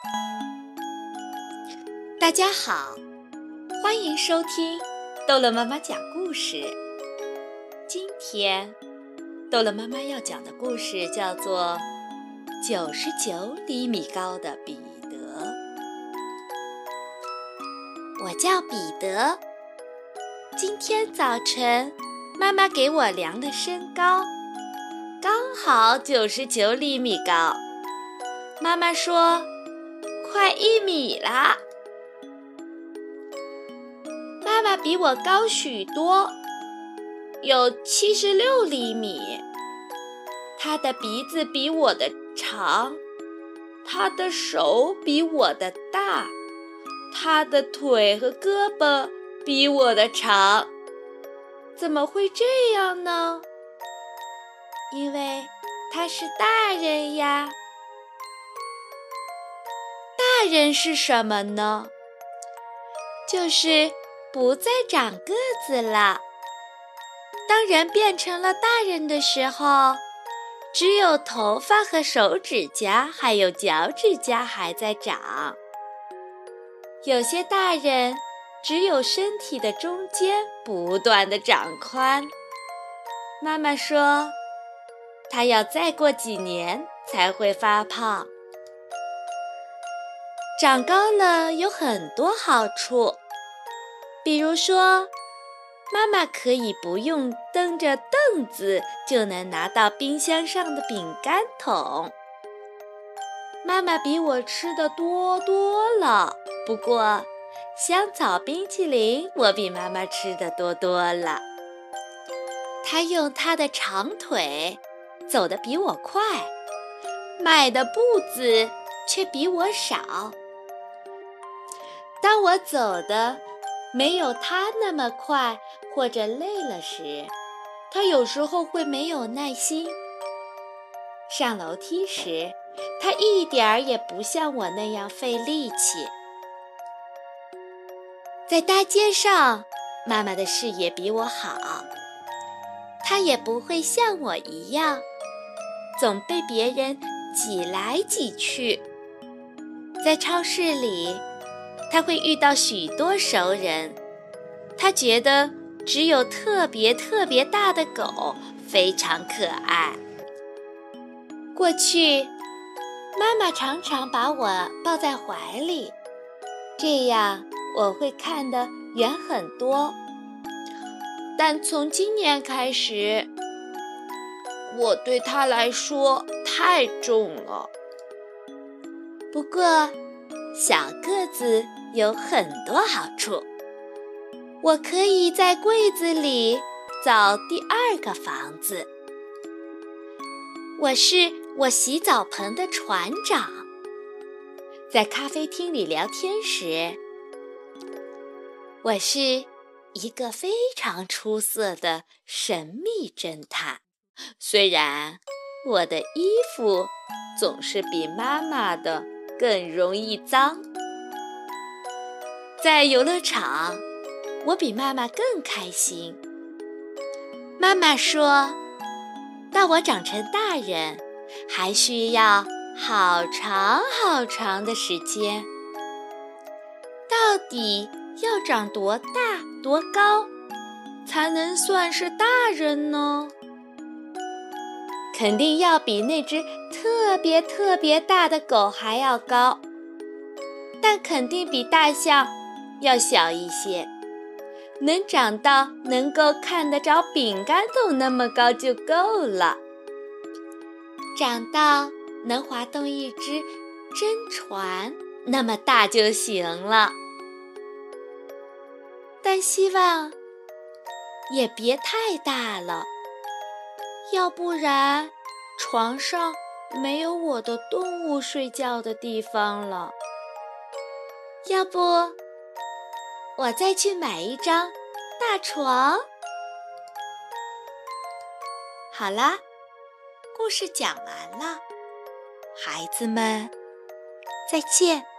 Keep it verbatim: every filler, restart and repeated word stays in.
大家好，欢迎收听逗乐妈妈讲故事。今天逗乐妈妈要讲的故事叫做九十九厘米高的彼得。我叫彼得，今天早晨妈妈给我量了身高，刚好九十九厘米高。妈妈说快一米啦。妈妈比我高许多，有七十六厘米。她的鼻子比我的长，她的手比我的大，她的腿和胳膊比我的长。怎么会这样呢？因为她是大人呀。大人是什么呢？就是不再长个子了。当人变成了大人的时候，只有头发和手指甲还有脚趾甲还在长。有些大人只有身体的中间不断地长宽。妈妈说，她要再过几年才会发胖。长高了有很多好处，比如说，妈妈可以不用蹬着凳子就能拿到冰箱上的饼干桶。妈妈比我吃的多多了，不过香草冰淇淋我比妈妈吃的多多了。她用她的长腿走得比我快，迈的步子却比我少。当我走的没有他那么快或者累了时，他有时候会没有耐心。上楼梯时，他一点儿也不像我那样费力气。在大街上，妈妈的视野比我好，她也不会像我一样，总被别人挤来挤去。在超市里，他会遇到许多熟人，他觉得只有特别特别大的狗非常可爱。过去，妈妈常常把我抱在怀里，这样我会看得远很多。但从今年开始，我对她来说太重了。不过，小个子有很多好处，我可以在柜子里造第二个房子。我是我洗澡盆的船长。在咖啡厅里聊天时，我是一个非常出色的神秘侦探，虽然我的衣服总是比妈妈的更容易脏。在游乐场，我比妈妈更开心。妈妈说，当我长成大人，还需要好长好长的时间。到底要长多大多高，才能算是大人呢？肯定要比那只特别特别大的狗还要高，但肯定比大象要小一些，能长到能够看得着饼干桶那么高就够了，长到能划动一只真船那么大就行了。但希望也别太大了，要不然床上没有我的动物睡觉的地方了。要不我再去买一张大床。好啦，故事讲完了，孩子们，再见。